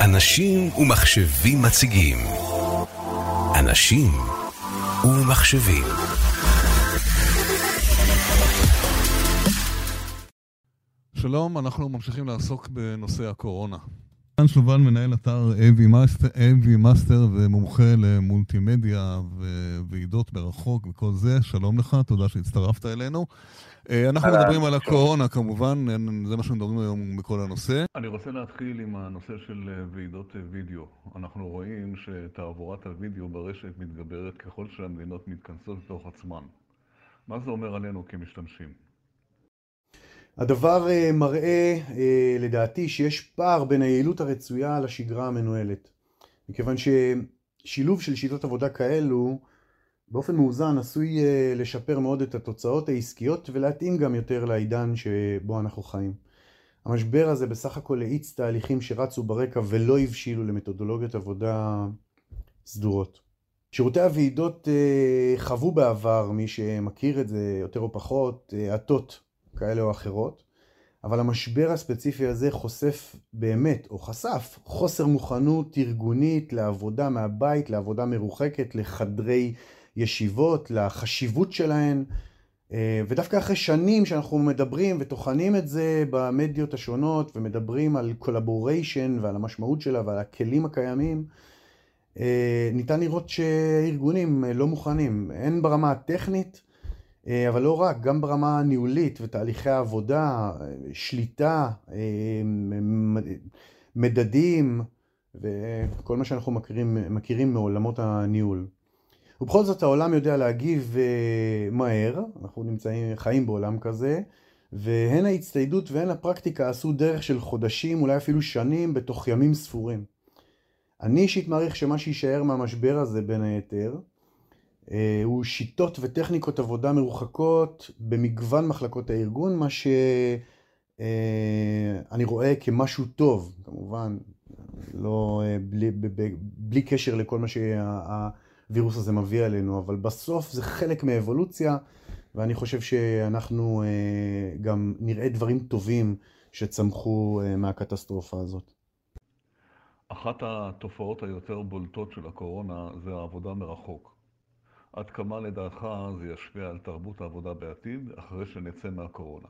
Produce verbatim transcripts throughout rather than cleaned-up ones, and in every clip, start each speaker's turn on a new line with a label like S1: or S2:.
S1: אנשים ומחשבים מציגים. אנשים ומחשבים.
S2: שלום, אנחנו ממשיכים לעסוק בנושא הקורונה. כאן שובל, מנהל אתר איי וי מאסטר ומומחה למולטימדיה וועידות מרחוק וכל זה. שלום לך, תודה שהצטרפת אלינו. אנחנו מדברים על הקורונה כמובן, זה מה שמדברים היום בכל הנושא. אני רוצה להתחיל עם הנושא של ועידות וידאו. אנחנו רואים שתעבורת הוידאו ברשת מתגברת ככל שהמדינות מתכנסות לתוך עצמן. מה זה אומר עלינו כמשתמשים?
S3: הדבר מראה לדעתי שיש פער בין היעילות הרצויה לשגרה המנוהלת. מכיוון ששילוב של שיטות עבודה כאלו באופן מאוזן עשוי לשפר מאוד את התוצאות העסקיות ולהתאים גם יותר לעידן שבו אנחנו חיים. המשבר הזה בסך הכל האיץ תהליכים שרצו ברקע ולא הבשילו למתודולוגיות עבודה סדורות. שירותי הוועידות חוו בעבר, מי שמכיר את זה יותר או פחות, עטות כאלה או אחרות, אבל המשבר הספציפי הזה חושף באמת, או חשף, חוסר מוכנות ארגונית לעבודה מהבית, לעבודה מרוחקת, לחדרי ישיבות, לחשיבות שלהן, ודווקא אחרי שנים שאנחנו מדברים וטוחנים את זה במדיות השונות, ומדברים על קולבוריישן ועל המשמעות שלה ועל הכלים הקיימים, ניתן לראות שארגונים לא מוכנים, הן ברמה הטכנית, אבל לא רק, גם ברמה הניהולית ותהליכי העבודה, שליטה, מדדים וכל מה שאנחנו מכירים, מכירים מעולמות הניהול. ובכל זאת העולם יודע להגיב מהר, אנחנו נמצאים, חיים בעולם כזה, והן ההצטיידות והן הפרקטיקה עשו דרך של חודשים, אולי אפילו שנים, בתוך ימים ספורים. אני אישית מעריך שמה שישאר מהמשבר הזה בין היתר, הוא שיטות וטכניקות עבודה מרוחקות במגוון מחלקות הארגון, מה שאני רואה כמשהו טוב, כמובן, לא, בלי, בלי, בלי קשר לכל מה שהווירוס הזה מביא עלינו, אבל בסוף זה חלק מאבולוציה, ואני חושב שאנחנו גם נראה דברים טובים שצמחו מהקטסטרופה הזאת.
S2: אחת התופעות היותר בולטות של הקורונה זה העבודה מרחוק. עד כמה לדעתך זה ישפיע על תרבות העבודה בעתיד אחרי שנצא מהקורונה?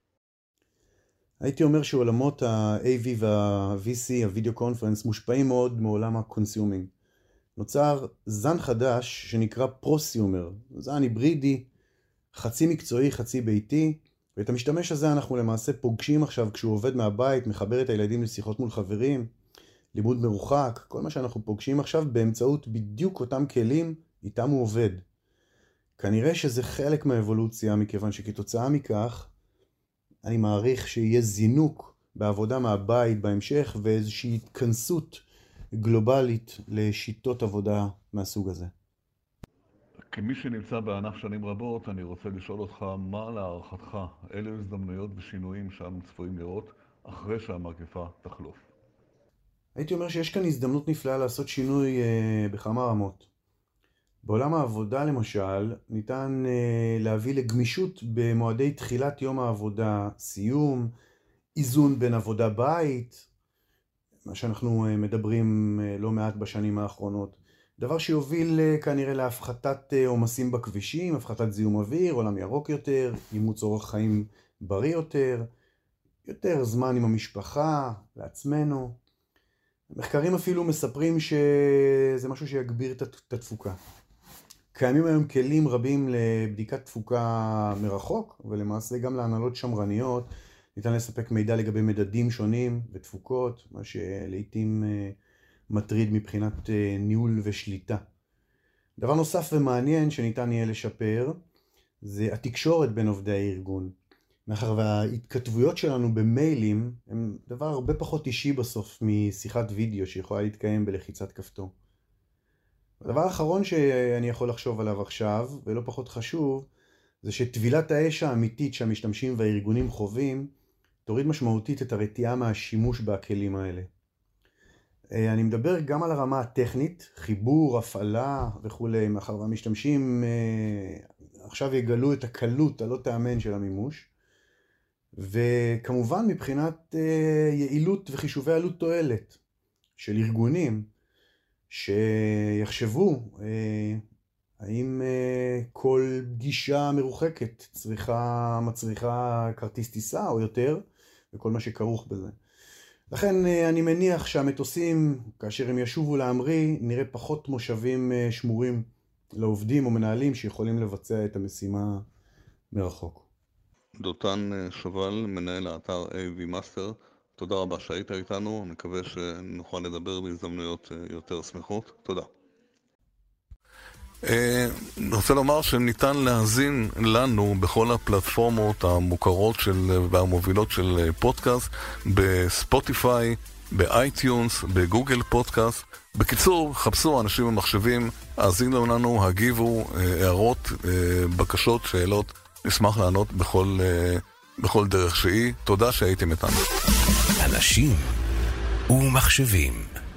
S3: הייתי אומר שעולמות ה-איי וי וה-וי סי, הווידאו קונפרנס, מושפעים מאוד מעולם הקונסיומינג. נוצר זן חדש שנקרא פרוסיומר, זן היברידי, חצי מקצועי, חצי ביתי, ואת המשתמש הזה אנחנו למעשה פוגשים עכשיו כשהוא עובד מהבית, מחבר את הילדים לשיחות מול חברים, לימוד מרוחק, כל מה שאנחנו פוגשים עכשיו באמצעות בדיוק אותם כלים איתם הוא עובד. כנראה שזה חלק מהאבולוציה, מכיוון שכתוצאה מכך, אני מעריך שיהיה זינוק בעבודה מהבית בהמשך, ואיזושהי התכנסות גלובלית לשיטות עבודה מהסוג הזה.
S2: כמי שנמצא בענף שנים רבות, אני רוצה לשאול אותך, מה להערכתך, אילו הזדמנויות ושינויים שאנו צפויים לראות אחרי שהמגפה תחלוף?
S3: הייתי אומר שיש כאן הזדמנות נפלאה לעשות שינוי אה, בכמה רמות. בעולם העבודה למשל, ניתן uh, להביא לגמישות במועדי תחילת יום העבודה, סיום, איזון בין עבודה בית, מה שאנחנו uh, מדברים uh, לא מעט בשנים האחרונות. דבר שיוביל uh, כנראה להפחתת uh, עומסים בכבישים, הפחתת זיהום אוויר, עולם ירוק יותר, אימוץ אורח חיים בריא יותר, יותר זמן עם המשפחה, לעצמנו. מחקרים אפילו מספרים שזה משהו שיגביר את התפוקה. קיימים היום כלים רבים לבדיקת תפוקה מרחוק, ולמעשה גם להנהלות שמרניות ניתן לספק מידע לגבי מדדים שונים ותפוקות, מה שלעיתים מטריד מבחינת ניהול ושליטה. דבר נוסף ומעניין שניתן יהיה לשפר, זה התקשורת בין עובדי הארגון. מאחר וההתכתבויות שלנו במיילים הם דבר הרבה פחות אישי בסוף משיחת וידאו שיכולה להתקיים בלחיצת כפתור. הדבר האחרון שאני יכול לחשוב עליו עכשיו, ולא פחות חשוב, זה שטבילת האש האמיתית שהמשתמשים והארגונים חווים, תוריד משמעותית את הרתיעה מהשימוש בכלים האלה. אני מדבר גם על הרמה הטכנית, חיבור, הפעלה וכו', מאחר והמשתמשים עכשיו יגלו את הקלות הלא תאמן של המימוש, וכמובן מבחינת יעילות וחישובי עלות תועלת. של ארגונים שיחשבו האם כל פגישה מרוחקת צריכה, מצריכה כרטיס טיסה או יותר, וכל מה שכרוך בזה. לכן אני מניח שהמטוסים, כאשר הם ישובו להמריא, נראה פחות מושבים שמורים לעובדים או מנהלים שיכולים לבצע את המשימה מרחוק.
S2: דותן שובל, מנהל האתר איי וי Master, תודה רבה שהיית איתנו, מקווה שנוכל לדבר בהזדמנויות יותר שמחות. תודה. אני רוצה לומר שניתן להאזין לנו בכל הפלטפורמות המוכרות של, והמובילות של פודקאסט, בספוטיפיי, באייטיונס, בגוגל פודקאסט. בקיצור, חפשו אנשים ומחשבים, האזינו לנו, הגיבו, הערות, בקשות, שאלות, נשמח לענות בכל, בכל דרך שהיא. תודה שהייתם איתנו.
S1: אנשים ומחשבים.